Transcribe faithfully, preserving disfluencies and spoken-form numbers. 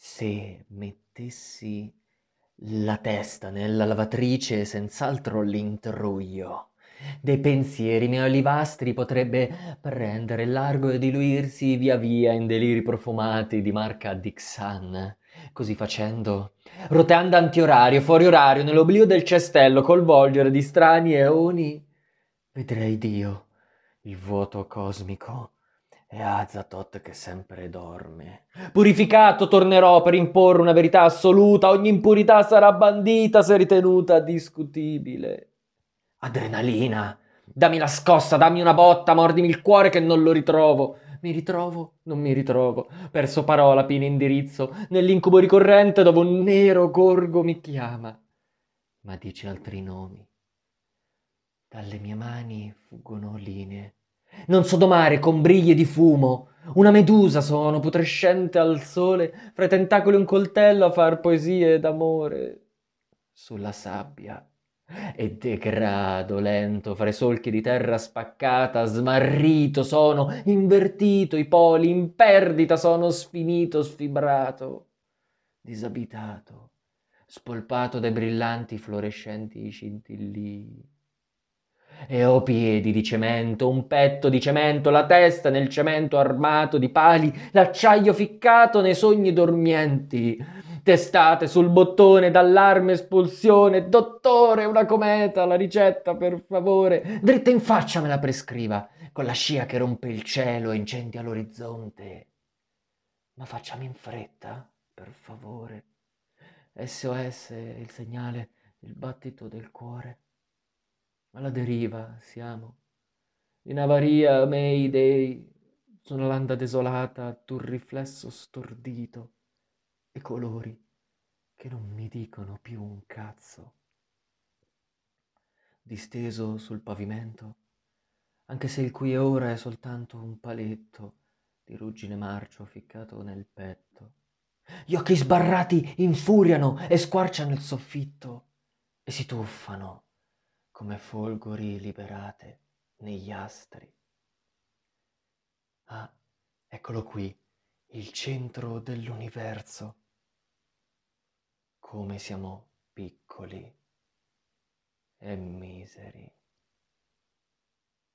Se mettessi la testa nella lavatrice, senz'altro l'intruglio. Dei pensieri miei olivastri potrebbe prendere il largo e diluirsi via via in deliri profumati di marca Dixan. Così facendo, roteando antiorario, fuori orario, nell'oblio del cestello, col volgere di strani eoni, vedrei Dio, il vuoto cosmico, e Azathoth che sempre dorme. Purificato tornerò per imporre una verità assoluta, ogni impurità sarà bandita se ritenuta discutibile. Adrenalina, dammi la scossa, dammi una botta, mordimi il cuore che non lo ritrovo. Mi ritrovo, non mi ritrovo, perso parola, pino indirizzo, nell'incubo ricorrente dove un nero gorgo mi chiama, ma dice altri nomi. Dalle mie mani fuggono linee. Non so domare con briglie di fumo. Una medusa sono, putrescente al sole, fra i tentacoli un coltello a far poesie d'amore sulla sabbia. E degrado lento fra i solchi di terra spaccata, smarrito sono, invertito i poli, in perdita sono sfinito, sfibrato, disabitato, spolpato dai brillanti fluorescenti scintillii. E ho piedi di cemento, un petto di cemento, la testa nel cemento armato di pali, l'acciaio ficcato nei sogni dormienti. Testate sul bottone d'allarme espulsione. Dottore, una cometa, la ricetta, per favore. Dritta in faccia me la prescriva, con la scia che rompe il cielo e incendia l'orizzonte. Ma facciami in fretta, per favore. S O S, il segnale, il battito del cuore. Alla deriva siamo, in avaria Mayday, su una landa desolata, tu riflesso stordito, e colori che non mi dicono più un cazzo. Disteso sul pavimento, anche se il qui e ora è soltanto un paletto di ruggine marcio ficcato nel petto. Gli occhi sbarrati infuriano e squarciano il soffitto e si tuffano come folgori liberate negli astri. Ah, eccolo qui, il centro dell'universo. Come siamo piccoli e miseri.